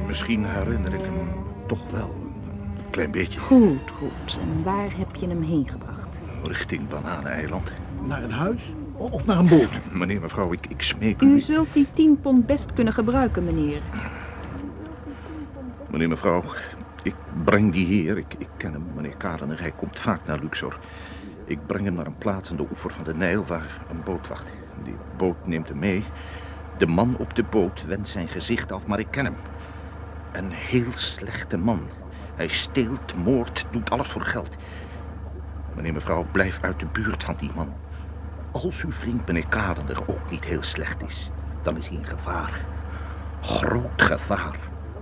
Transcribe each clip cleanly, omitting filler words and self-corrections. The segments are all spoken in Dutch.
Misschien herinner ik hem toch wel een klein beetje. Goed. En waar heb je hem heen gebracht? Richting Bananeneiland. Naar een huis of naar een boot? Meneer, mevrouw, ik smeek u. U zult die 10 pond best kunnen gebruiken, meneer. Meneer, mevrouw, ik breng die heer. Ik ken hem, meneer Karener. Hij komt vaak naar Luxor. Ik breng hem naar een plaats aan de oever van de Nijl waar een boot wacht. Die boot neemt hem mee. De man op de boot wendt zijn gezicht af, maar ik ken hem. Een heel slechte man. Hij steelt, moordt, doet alles voor geld. Meneer, mevrouw, blijf uit de buurt van die man. Als uw vriend meneer Karener ook niet heel slecht is, dan is hij in gevaar. Groot gevaar.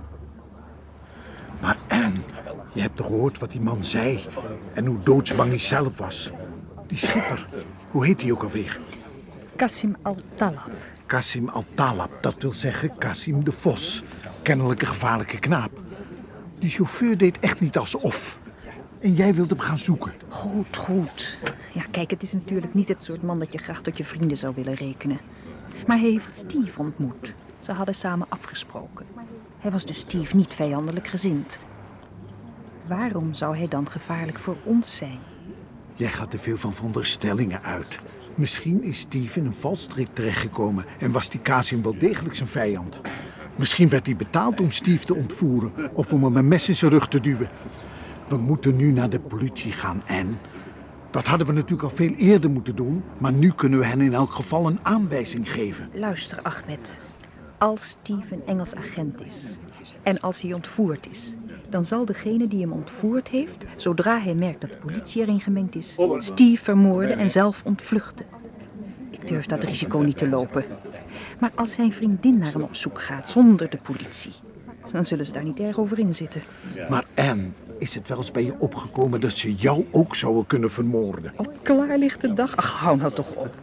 Maar Anne, je hebt toch gehoord wat die man zei en hoe doodsbang hij zelf was. Die schipper, hoe heet hij ook alweer? Qasim Al-Talab. Qasim Al-Talab, dat wil zeggen Qasim de Vos. Kennelijk een gevaarlijke knaap. Die chauffeur deed echt niet alsof. En jij wilde hem gaan zoeken. Goed. Ja, kijk, het is natuurlijk niet het soort man dat je graag tot je vrienden zou willen rekenen. Maar hij heeft Steve ontmoet. Ze hadden samen afgesproken. Hij was dus Steve niet vijandelijk gezind. Waarom zou hij dan gevaarlijk voor ons zijn? Jij gaat te veel van veronderstellingen uit. Misschien is Steve in een valstrik terechtgekomen en was die Qasim wel degelijk zijn vijand. Misschien werd hij betaald om Steve te ontvoeren of om hem een mes in zijn rug te duwen. We moeten nu naar de politie gaan, Anne. Dat hadden we natuurlijk al veel eerder moeten doen, maar nu kunnen we hen in elk geval een aanwijzing geven. Luister, Ahmed. Als Steve een Engels agent is en als hij ontvoerd is, dan zal degene die hem ontvoerd heeft, zodra hij merkt dat de politie erin gemengd is, Steve vermoorden en zelf ontvluchten. Ik durf dat risico niet te lopen. Maar als zijn vriendin naar hem op zoek gaat zonder de politie, dan zullen ze daar niet erg over in zitten. Maar Anne, is het wel eens bij je opgekomen dat ze jou ook zouden kunnen vermoorden? Op klaarlichte dag? Ach, hou nou toch op.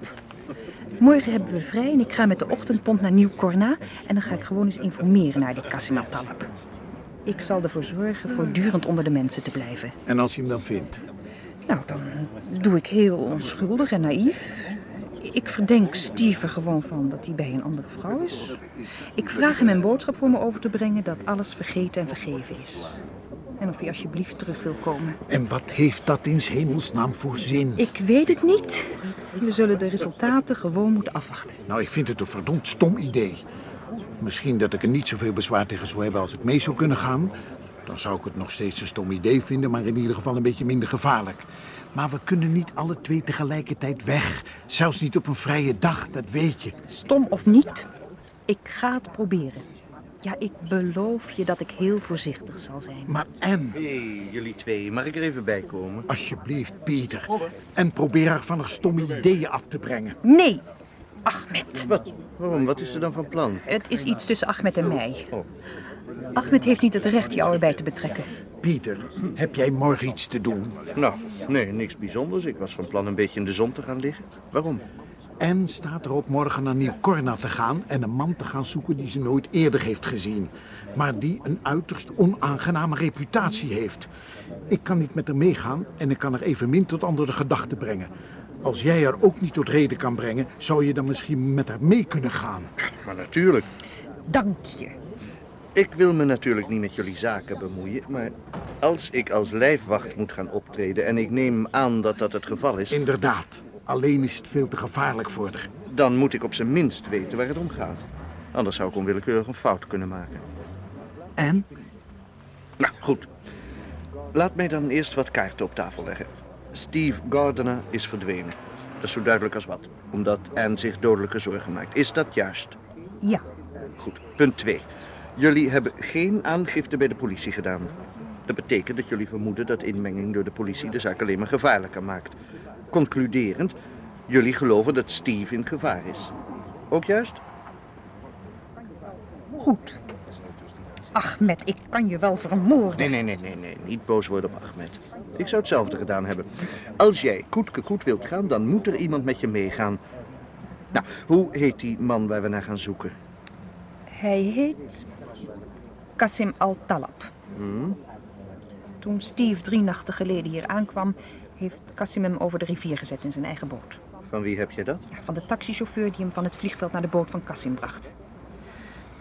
Morgen hebben we vrij en ik ga met de ochtendpont naar Nieuw-Corna en dan ga ik gewoon eens informeren naar die Qasim Al-Talab. Ik zal ervoor zorgen voortdurend onder de mensen te blijven. En als je hem dan vindt? Nou, dan doe ik heel onschuldig en naïef. Ik verdenk Steve er gewoon van dat hij bij een andere vrouw is. Ik vraag hem een boodschap voor me over te brengen dat alles vergeten en vergeven is. En of hij alsjeblieft terug wil komen. En wat heeft dat in 's hemelsnaam voor zin? Ik weet het niet. We zullen de resultaten gewoon moeten afwachten. Nou, ik vind het een verdomd stom idee. Misschien dat ik er niet zoveel bezwaar tegen zou hebben als het mee zou kunnen gaan. Dan zou ik het nog steeds een stom idee vinden, maar in ieder geval een beetje minder gevaarlijk. Maar we kunnen niet alle twee tegelijkertijd weg. Zelfs niet op een vrije dag, dat weet je. Stom of niet, ik ga het proberen. Ja, ik beloof je dat ik heel voorzichtig zal zijn. Maar Anne... Hé, jullie twee, mag ik er even bij komen? Alsjeblieft, Pieter. En probeer haar van haar stomme ideeën af te brengen. Nee, Ahmed. Wat? Waarom? Wat is er dan van plan? Het is iets tussen Ahmed en mij. Oh. Ahmed heeft niet het recht jou erbij te betrekken. Pieter, heb jij morgen iets te doen? Nou, nee, niks bijzonders. Ik was van plan een beetje in de zon te gaan liggen. Waarom? Anne staat erop morgen naar Nieuw-Corna te gaan en een man te gaan zoeken die ze nooit eerder heeft gezien. Maar die een uiterst onaangename reputatie heeft. Ik kan niet met haar meegaan en ik kan haar evenmin tot andere gedachten brengen. Als jij haar ook niet tot reden kan brengen, zou je dan misschien met haar mee kunnen gaan. Maar natuurlijk. Dank je. Ik wil me natuurlijk niet met jullie zaken bemoeien, maar als ik als lijfwacht moet gaan optreden en ik neem aan dat dat het geval is, Inderdaad, alleen is het veel te gevaarlijk voor haar. dan moet ik op zijn minst weten waar het om gaat. Anders zou ik onwillekeurig een fout kunnen maken. En? Nou, goed. Laat mij dan eerst wat kaarten op tafel leggen. Steve Gardiner is verdwenen. Dat is zo duidelijk als wat, omdat Anne zich dodelijke zorgen maakt. Is dat juist? Ja. Goed. Punt 2. Jullie hebben geen aangifte bij de politie gedaan. Dat betekent dat jullie vermoeden dat inmenging door de politie de zaak alleen maar gevaarlijker maakt. Concluderend, jullie geloven dat Steve in gevaar is. Ook juist? Goed. Ahmed, ik kan je wel vermoorden. Nee. Niet boos worden op Ahmed. Ik zou hetzelfde gedaan hebben. Als jij koet wilt gaan, dan moet er iemand met je meegaan. Nou, hoe heet die man waar we naar gaan zoeken? Hij heet Qasim Al-Talab. Toen Steve 3 nachten geleden hier aankwam, heeft Qasim hem over de rivier gezet in zijn eigen boot. Van wie heb je dat? Ja, van de taxichauffeur die hem van het vliegveld naar de boot van Qasim bracht.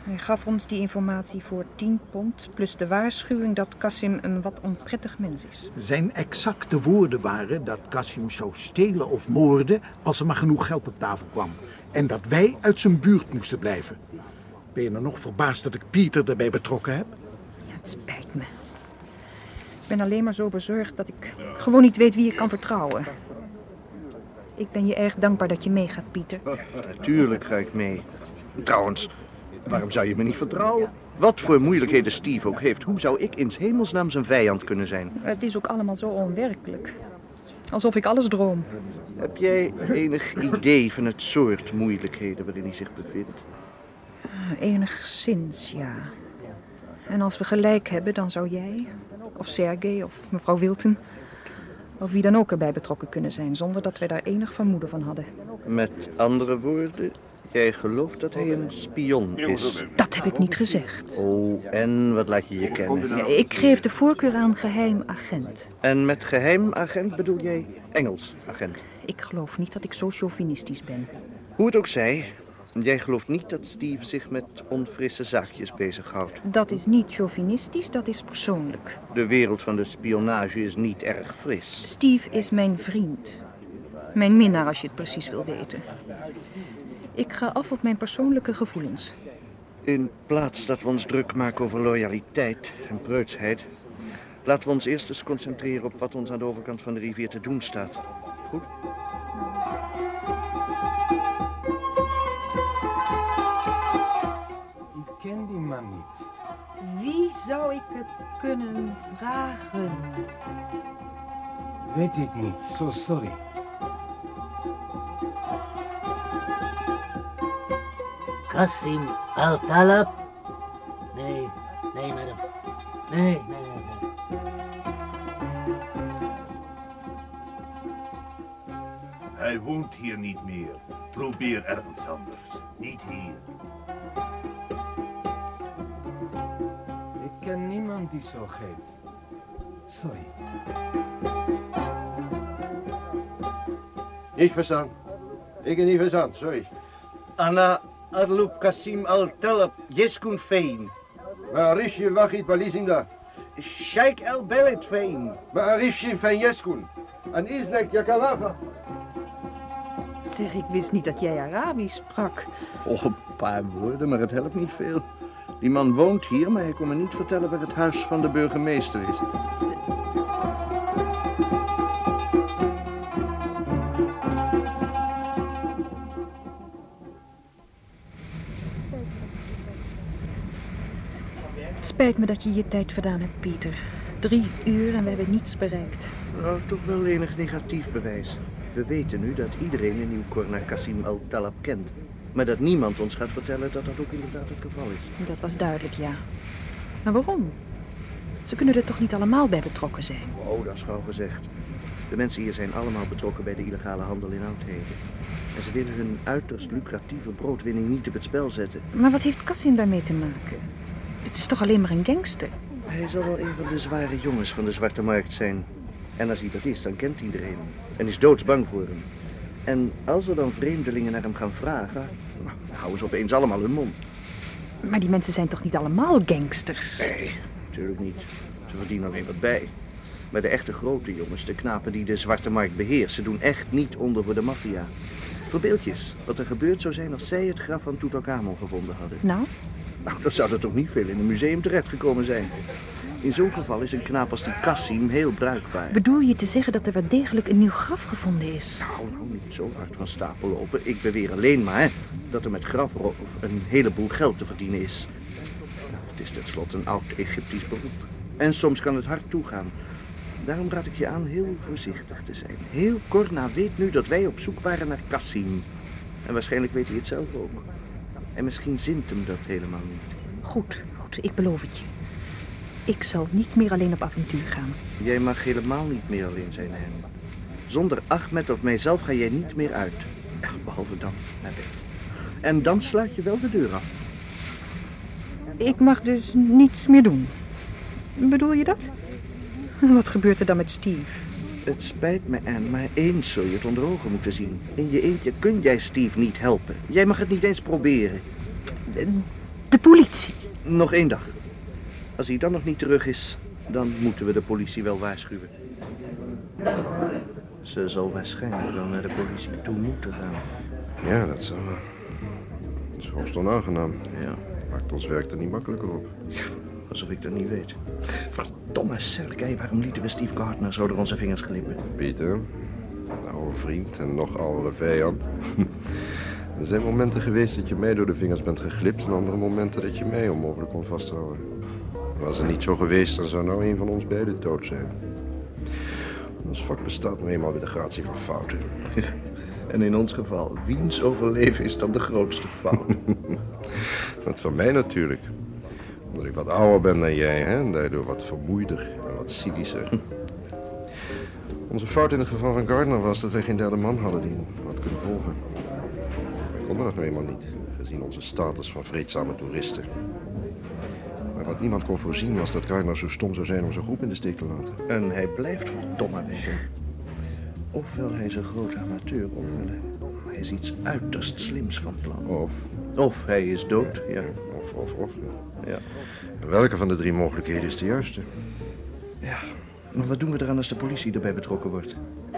Hij gaf ons die informatie voor 10 pond... plus de waarschuwing dat Qasim een wat onprettig mens is. Zijn exacte woorden waren dat Qasim zou stelen of moorden als er maar genoeg geld op tafel kwam. En dat wij uit zijn buurt moesten blijven. Ben je er nog verbaasd dat ik Pieter erbij betrokken heb? Ja, het spijt me. Ik ben alleen maar zo bezorgd dat ik gewoon niet weet wie ik kan vertrouwen. Ik ben je erg dankbaar dat je meegaat, Pieter. Natuurlijk ga ik mee. Trouwens, waarom zou je me niet vertrouwen? Wat voor moeilijkheden Steve ook heeft, hoe zou ik in 's hemelsnaam zijn vijand kunnen zijn? Het is ook allemaal zo onwerkelijk. Alsof ik alles droom. Heb jij enig idee van het soort moeilijkheden waarin hij zich bevindt? Enigszins, ja. En als we gelijk hebben, dan zou jij, of Sergej, of mevrouw Wilton... of wie dan ook erbij betrokken kunnen zijn, zonder dat wij daar enig vermoeden van hadden. Met andere woorden, jij gelooft dat hij een spion is? Dat heb ik niet gezegd. Oh, en wat laat je je kennen? Ja, ik geef de voorkeur aan geheim agent. En met geheim agent bedoel jij Engels agent? Ik geloof niet dat ik zo chauvinistisch ben. Hoe het ook zij, jij gelooft niet dat Steve zich met onfrisse zaakjes bezighoudt. Dat is niet chauvinistisch, dat is persoonlijk. De wereld van de spionage is niet erg fris. Steve is mijn vriend. Mijn minnaar, als je het precies wil weten. Ik ga af op mijn persoonlijke gevoelens. In plaats dat we ons druk maken over loyaliteit en preutsheid, laten we ons eerst eens concentreren op wat ons aan de overkant van de rivier te doen staat. Goed? Ik ken die man niet. Wie zou ik het kunnen vragen? Weet ik niet, so sorry. Qasim Al-Talab? Nee, madam. Nee. Hij woont hier niet meer. Probeer ergens anders. Niet hier. Ik ken niemand die zo heet. Sorry. Niet verstaan. Ik heb niet verstaan, sorry. Anna Arloop Qasim Al-Talab, Jeskun Fein. מעריף שבחית בליזינדה. Sheikh El-Beled Fein. מעריף שפן יסקון. En Isnek Yakavafa. Zeg, ik wist niet dat jij Arabisch sprak. Oh, een paar woorden, maar het helpt niet veel. Die man woont hier, maar hij kon me niet vertellen waar het huis van de burgemeester is. Het spijt me dat je je tijd verdaan hebt, Pieter. 3 uur en we hebben niets bereikt. Nou, toch wel enig negatief bewijs. We weten nu dat iedereen in Nieuw-Korna Qasim Al-Talab kent. Maar dat niemand ons gaat vertellen dat dat ook inderdaad het geval is. Dat was duidelijk, ja. Maar waarom? Ze kunnen er toch niet allemaal bij betrokken zijn? Oh, dat is gauw gezegd. De mensen hier zijn allemaal betrokken bij de illegale handel in oudheden. En ze willen hun uiterst lucratieve broodwinning niet op het spel zetten. Maar wat heeft Qasim daarmee te maken? Het is toch alleen maar een gangster? Hij zal wel een van de zware jongens van de zwarte markt zijn. En als hij dat is, dan kent iedereen hem. En is doodsbang voor hem. En als er dan vreemdelingen naar hem gaan vragen, nou, dan houden ze opeens allemaal hun mond. Maar die mensen zijn toch niet allemaal gangsters? Nee, natuurlijk niet. Ze verdienen alleen wat bij. Maar de echte grote jongens, de knapen die de zwarte markt beheersen, doen echt niet onder voor de maffia. Verbeeld je eens wat er gebeurd zou zijn als zij het graf van Tutankhamon gevonden hadden. Nou? Nou, dan zou er toch niet veel in een museum terechtgekomen zijn. In zo'n geval is een knaap als die Qasim heel bruikbaar. Bedoel je te zeggen dat er wel degelijk een nieuw graf gevonden is? Nou, niet zo hard van stapel lopen. Ik beweer alleen maar dat er met grafroof een heleboel geld te verdienen is. Nou, het is tenslotte een oud Egyptisch beroep. En soms kan het hard toegaan. Daarom raad ik je aan heel voorzichtig te zijn. Heel Korna weet nu dat wij op zoek waren naar Qasim. En waarschijnlijk weet hij het zelf ook. En misschien zint hem dat helemaal niet. Goed, ik beloof het je. Ik zal niet meer alleen op avontuur gaan. Jij mag helemaal niet meer alleen zijn, Hen. Zonder Ahmed of mijzelf ga jij niet meer uit. Ja, behalve dan naar bed. En dan sluit je wel de deur af. Ik mag dus niets meer doen. Bedoel je dat? Wat gebeurt er dan met Steve? Het spijt me, Anne, maar eens zul je het onder ogen moeten zien. In je eentje kun jij Steve niet helpen. Jij mag het niet eens proberen. De politie. Nog 1 dag. Als hij dan nog niet terug is, dan moeten we de politie wel waarschuwen. Ze zal waarschijnlijk wel naar de politie toe moeten gaan. Ja, dat zou wel. Dat is hoogst onaangenaam. Ja. Maakt ons werk er niet makkelijker op. Ja, alsof ik dat niet weet. Verdomme Sergei, waarom lieten we Steve Gardner zo door onze vingers glippen? Pieter, een oude vriend en nog oudere vijand. Er zijn momenten geweest dat je mij door de vingers bent geglipt en andere momenten dat je mij onmogelijk kon vasthouden. Was het niet zo geweest, dan zou nou een van ons beiden dood zijn. Ons vak bestaat nu eenmaal bij de gratie van fouten. En in ons geval, wiens overleven is dan de grootste fout? Dat van mij natuurlijk. Omdat ik wat ouder ben dan jij, hè? En daardoor wat vermoeider en wat cynischer. Onze fout in het geval van Gardner was dat wij geen derde man hadden die hem had kunnen volgen. We konden dat nou eenmaal niet, gezien onze status van vreedzame toeristen. Maar wat niemand kon voorzien was dat Gardner zo stom zou zijn om zijn groep in de steek te laten. En hij blijft verdomme weg. Ofwel hij is een groot amateur, ofwel hij is iets uiterst slims van plan. Of hij is dood, ja. Of. Ja. En welke van de 3 mogelijkheden is de juiste? Ja, maar wat doen we eraan als de politie erbij betrokken wordt?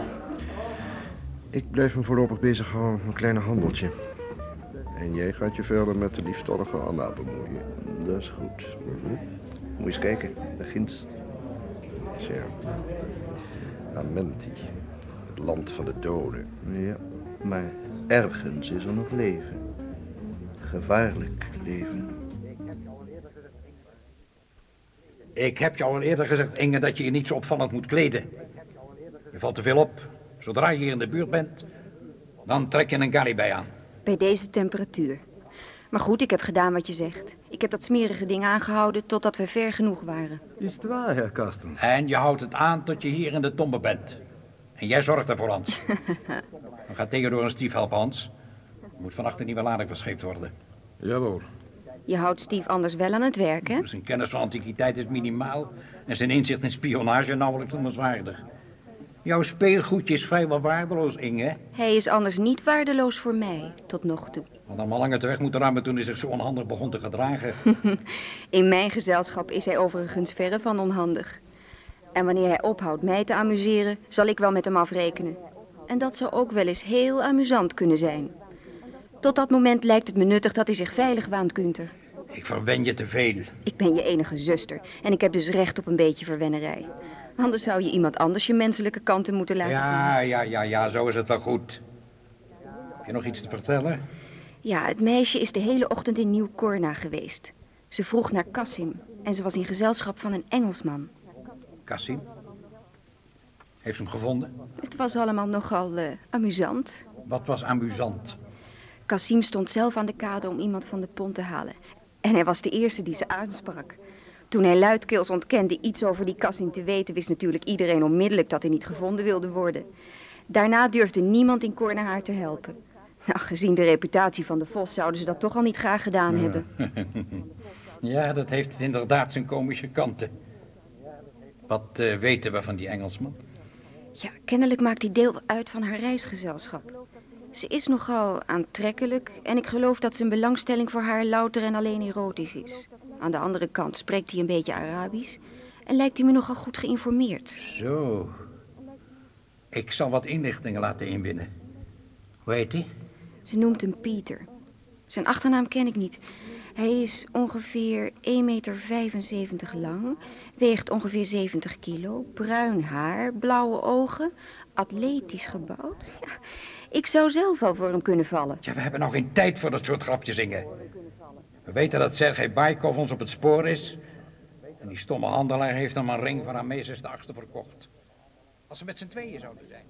Ik blijf me voorlopig bezighouden met een kleine handeltje. En jij gaat je verder met de lieftallige Anna bemoeien. Dat is goed. Moet eens kijken, daar ginds. Tja. Amenti. Het land van de doden. Ja, maar ergens is er nog leven. Gevaarlijk leven. Ik heb je al eerder gezegd, Inge, dat je je niet zo opvallend moet kleden. Je valt te veel op. Zodra je hier in de buurt bent, dan trek je een Gallibei aan. Bij deze temperatuur. Maar goed, ik heb gedaan wat je zegt. Ik heb dat smerige ding aangehouden totdat we ver genoeg waren. Is het waar, heer Carstens? En je houdt het aan tot je hier in de tombe bent. En jij zorgt ervoor, Hans. Dan gaat Theodor een Steve helpen, Hans. Er moet vannacht een nieuwe lading verscheept worden. Jawel. Je houdt Steve anders wel aan het werk, hè? Zijn kennis van antiquiteit is minimaal en zijn inzicht in spionage nauwelijks noemenswaardig. Jouw speelgoedje is vrijwel waardeloos, Inge. Hij is anders niet waardeloos voor mij, tot nog toe. Want dan al lang het weg moeten ruimen toen hij zich zo onhandig begon te gedragen. In mijn gezelschap is hij overigens verre van onhandig. En wanneer hij ophoudt mij te amuseren, zal ik wel met hem afrekenen. En dat zou ook wel eens heel amusant kunnen zijn. Tot dat moment lijkt het me nuttig dat hij zich veilig waant, Günther. Ik verwen je te veel. Ik ben je enige zuster en ik heb dus recht op een beetje verwennerij. Anders zou je iemand anders je menselijke kanten moeten laten zien. Ja, zo is het wel goed. Heb je nog iets te vertellen? Ja, het meisje is de hele ochtend in Nieuw-Corna geweest. Ze vroeg naar Kassim en ze was in gezelschap van een Engelsman. Kassim? Heeft ze hem gevonden? Het was allemaal nogal amusant. Wat was amusant? Kassim stond zelf aan de kade om iemand van de pont te halen. En hij was de eerste die ze aansprak. Toen hij luidkeels ontkende iets over die Kassim te weten, wist natuurlijk iedereen onmiddellijk dat hij niet gevonden wilde worden. Daarna durfde niemand in Corna haar te helpen. Nou, gezien de reputatie van de Vos zouden ze dat toch al niet graag gedaan hebben. Ja, dat heeft inderdaad zijn komische kanten. Wat weten we van die Engelsman? Ja, kennelijk maakt hij deel uit van haar reisgezelschap. Ze is nogal aantrekkelijk en ik geloof dat zijn belangstelling voor haar louter en alleen erotisch is. Aan de andere kant spreekt hij een beetje Arabisch en lijkt hij me nogal goed geïnformeerd. Zo. Ik zal wat inlichtingen laten inwinnen. Hoe heet hij? Ze noemt hem Pieter. Zijn achternaam ken ik niet. Hij is ongeveer 1,75 meter lang, weegt ongeveer 70 kilo, bruin haar, blauwe ogen, atletisch gebouwd. Ja, ik zou zelf wel voor hem kunnen vallen. Ja, we hebben nog geen tijd voor dat soort grapjes, Inge. We weten dat Sergei Baikov ons op het spoor is. En die stomme handelaar heeft hem een ring van Rameses de VIII verkocht. Als ze met z'n tweeën zouden zijn.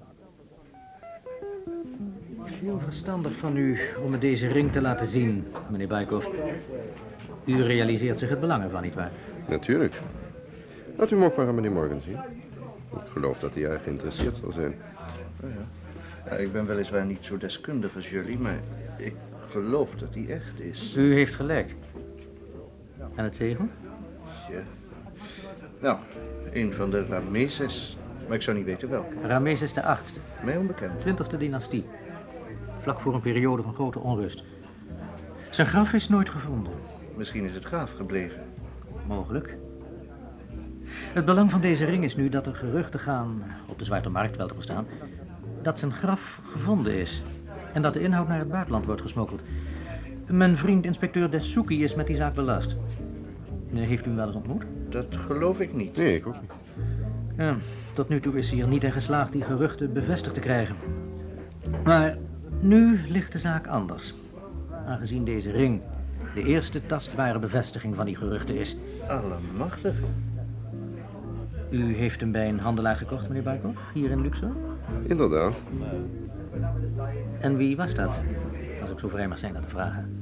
Heel verstandig van u om me deze ring te laten zien, meneer Baikov. U realiseert zich het belang ervan, nietwaar? Natuurlijk. Laat u hem ook maar aan meneer Morgan zien. Ik geloof dat hij erg geïnteresseerd zal zijn. Ja, ik ben weliswaar niet zo deskundig als jullie, maar ik geloof dat hij echt is. U heeft gelijk. En het zegel? Ja. Nou, een van de Rameses, maar ik zou niet weten welke. Rameses de VIII. Mij onbekend. 20e dynastie. Vlak voor een periode van grote onrust. Zijn graf is nooit gevonden. Misschien is het gaaf gebleven. Mogelijk. Het belang van deze ring is nu dat er geruchten gaan, op de Zwarte Markt wel te verstaan, dat zijn graf gevonden is en dat de inhoud naar het buitenland wordt gesmokkeld. Mijn vriend inspecteur Dessouky is met die zaak belast. Heeft u hem wel eens ontmoet? Dat geloof ik niet. Nee, ik ook niet. Ja, tot nu toe is hij er niet in geslaagd die geruchten bevestigd te krijgen. Maar nu ligt de zaak anders. Aangezien deze ring de eerste tastbare bevestiging van die geruchten is. Allemachtig. U heeft hem bij een handelaar gekocht, meneer Barkov, hier in Luxor? Inderdaad. En wie was dat? Als ik zo vrij mag zijn dat te vragen.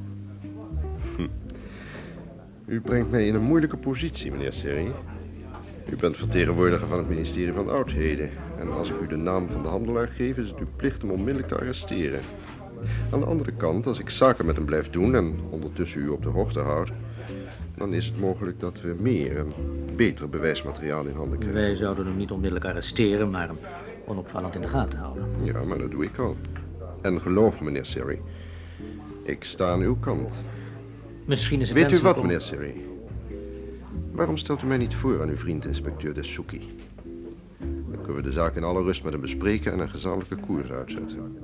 U brengt mij in een moeilijke positie, meneer Serry. U bent vertegenwoordiger van het ministerie van Oudheden. En als ik u de naam van de handelaar geef, is het uw plicht hem onmiddellijk te arresteren. Aan de andere kant, als ik zaken met hem blijf doen en ondertussen u op de hoogte houd, dan is het mogelijk dat we meer en beter bewijsmateriaal in handen krijgen. Wij zouden hem niet onmiddellijk arresteren, maar hem onopvallend in de gaten houden. Ja, maar dat doe ik al. En geloof me, meneer Serry, ik sta aan uw kant. Misschien is het Weet u wat, om... meneer Serry? Waarom stelt u mij niet voor aan uw vriend inspecteur Dessouky? Dan kunnen we de zaak in alle rust met hem bespreken en een gezamenlijke koers uitzetten.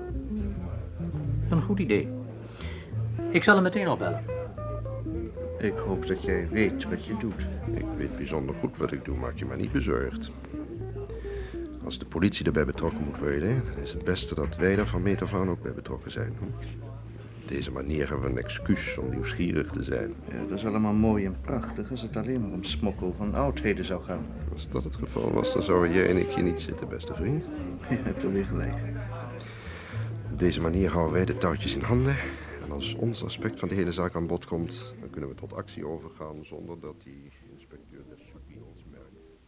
Een goed idee. Ik zal hem meteen opbellen. Ik hoop dat jij weet wat je doet. Ik weet bijzonder goed wat ik doe, maak je maar niet bezorgd. Als de politie erbij betrokken moet worden, dan is het beste dat wij daar van meet af aan ook bij betrokken zijn. Op deze manier hebben we een excuus om nieuwsgierig te zijn. Ja, dat is allemaal mooi en prachtig als het alleen maar om smokkel van oudheden zou gaan. Als dat het geval was, dan zouden jij en ik hier niet zitten, beste vriend. Je hebt er weer gelijk. Op deze manier houden wij de touwtjes in handen. En als ons aspect van de hele zaak aan bod komt, dan kunnen we tot actie overgaan zonder dat die inspecteur Dessouky ons merkt.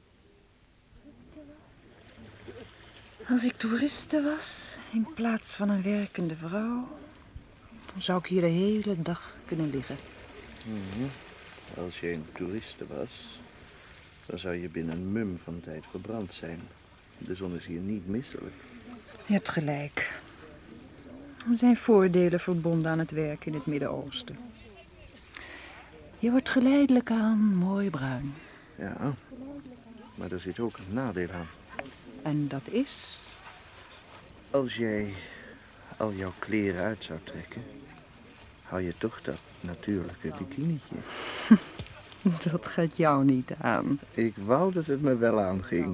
Als ik toeriste was, in plaats van een werkende vrouw, dan zou ik hier de hele dag kunnen liggen. Als je een toeriste was, dan zou je binnen een mum van tijd verbrand zijn. De zon is hier niet misselijk. Je hebt gelijk. Er zijn voordelen verbonden aan het werk in het Midden-Oosten. Je wordt geleidelijk aan mooi bruin. Ja, maar er zit ook een nadeel aan. En dat is? Als jij al jouw kleren uit zou trekken, hou je toch dat natuurlijke bikinietje. Dat gaat jou niet aan. Ik wou dat het me wel aanging.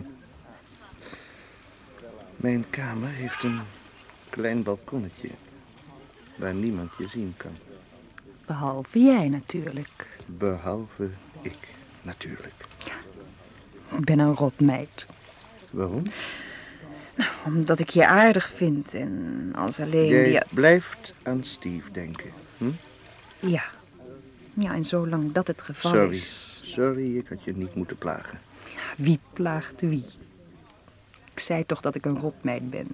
Mijn kamer heeft een klein balkonnetje waar niemand je zien kan. Behalve jij natuurlijk. Behalve ik natuurlijk. Ik ben een rotmeid. Waarom? Nou, omdat ik je aardig vind en als alleen... Jij blijft aan Steve denken, hm? Ja. Ja, en zolang dat het geval is... Sorry, ik had je niet moeten plagen. Ja, wie plaagt wie? Ik zei toch dat ik een rotmeid ben.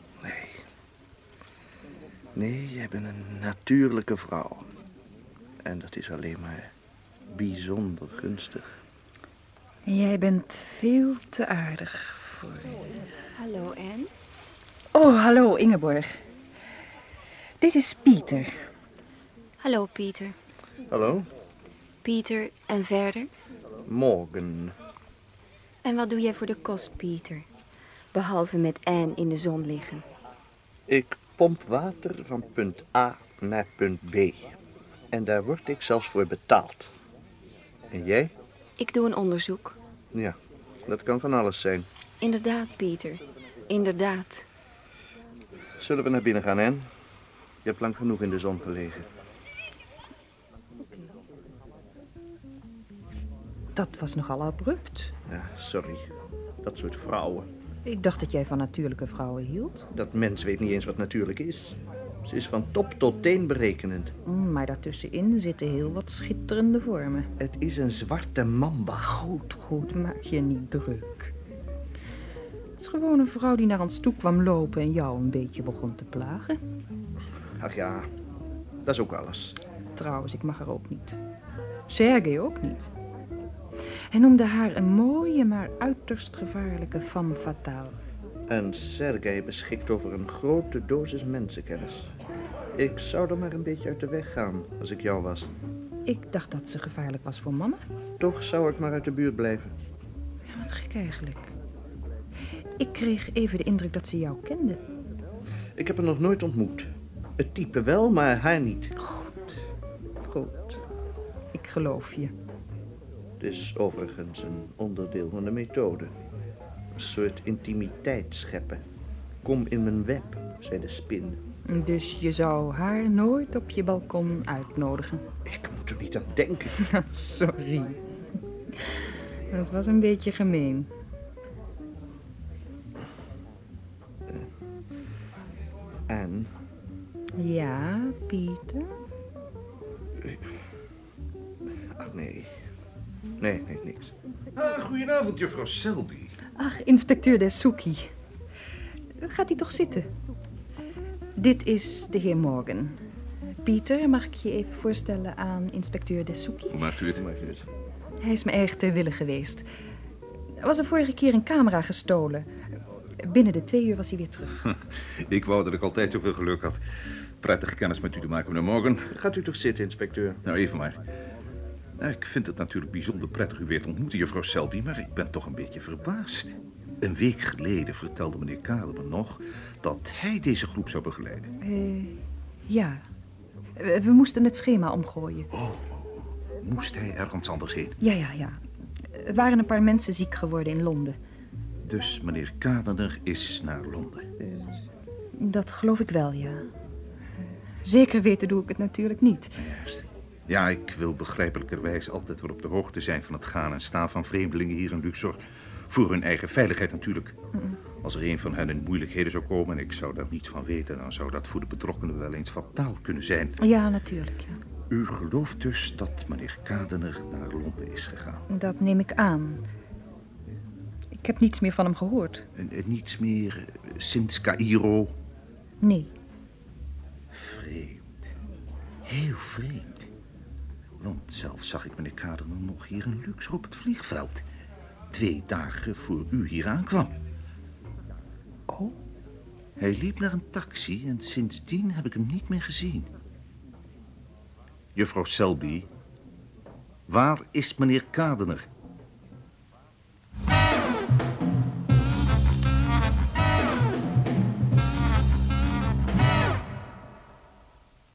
Nee, jij bent een natuurlijke vrouw. En dat is alleen maar bijzonder gunstig. En jij bent veel te aardig voor... Hallo, Anne. Oh, hallo, Ingeborg. Dit is Pieter. Hallo, Pieter. Hallo? Pieter, en verder? Morgen. En wat doe jij voor de kost, Pieter? Behalve met Anne in de zon liggen. Ik pomp water van punt A naar punt B. En daar word ik zelfs voor betaald. En jij? Ik doe een onderzoek. Ja, dat kan van alles zijn. Inderdaad, Pieter. Inderdaad. Zullen we naar binnen gaan, Anne? Je hebt lang genoeg in de zon gelegen. Dat was nogal abrupt. Ja, sorry. Dat soort vrouwen. Ik dacht dat jij van natuurlijke vrouwen hield. Dat mens weet niet eens wat natuurlijk is. Ze is van top tot teen berekenend. Maar daartussenin zitten heel wat schitterende vormen. Het is een zwarte mamba. Goed, maak je niet druk. Het is gewoon een vrouw die naar ons toe kwam lopen en jou een beetje begon te plagen. Ach ja, dat is ook alles. Trouwens, ik mag haar ook niet. Sergej ook niet. Hij noemde haar een mooie, maar uiterst gevaarlijke femme fatale. En Sergej beschikt over een grote dosis mensenkennis. Ik zou er maar een beetje uit de weg gaan als ik jou was. Ik dacht dat ze gevaarlijk was voor mannen. Toch zou ik maar uit de buurt blijven. Ja, wat gek eigenlijk. Ik kreeg even de indruk dat ze jou kende. Ik heb haar nog nooit ontmoet. Het type wel, maar haar niet. Goed. Goed. Ik geloof je. Het is overigens een onderdeel van de methode. Een soort intimiteit scheppen. Kom in mijn web, zei de spin. Dus je zou haar nooit op je balkon uitnodigen? Ik moet er niet aan denken. Sorry. Dat was een beetje gemeen. En? Ja, Pieter? Ach, nee. Nee, niks. Goedenavond, juffrouw Selby. Ach, inspecteur Dessouky. Gaat u toch zitten? Dit is de heer Morgan. Pieter, mag ik je even voorstellen aan inspecteur Dessouky? Hoe maakt u het? Hij is me erg ter wille geweest. Er was er vorige keer een camera gestolen. Binnen de 2 uur was hij weer terug. Ik wou dat ik altijd zoveel geluk had. Prettige kennis met u te maken, meneer Morgan. Gaat u toch zitten, inspecteur? Nou, even maar. Nou, ik vind het natuurlijk bijzonder prettig u weer te ontmoeten, juffrouw Selby, maar ik ben toch een beetje verbaasd. Een week geleden vertelde meneer Kade me nog dat hij deze groep zou begeleiden. Ja. We moesten het schema omgooien. Oh, moest hij ergens anders heen? Ja. Er waren een paar mensen ziek geworden in Londen. Dus meneer Kadener is naar Londen? Dat geloof ik wel, ja. Zeker weten doe ik het natuurlijk niet. Juist. Ja, ik wil begrijpelijkerwijs altijd wel op de hoogte zijn van het gaan en staan van vreemdelingen hier in Luxor. Voor hun eigen veiligheid natuurlijk. Als er een van hen in moeilijkheden zou komen en ik zou daar niets van weten, dan zou dat voor de betrokkenen wel eens fataal kunnen zijn. Ja, natuurlijk, ja. U gelooft dus dat meneer Kadener naar Londen is gegaan? Dat neem ik aan. Ik heb niets meer van hem gehoord. Niets meer sinds Caïro? Nee. Vreemd. Heel vreemd. Want zelf zag ik meneer Kadener nog hier in Luxor op het vliegveld. 2 dagen voor u hier aankwam. Oh, hij liep naar een taxi en sindsdien heb ik hem niet meer gezien. Juffrouw Selby, waar is meneer Kadener?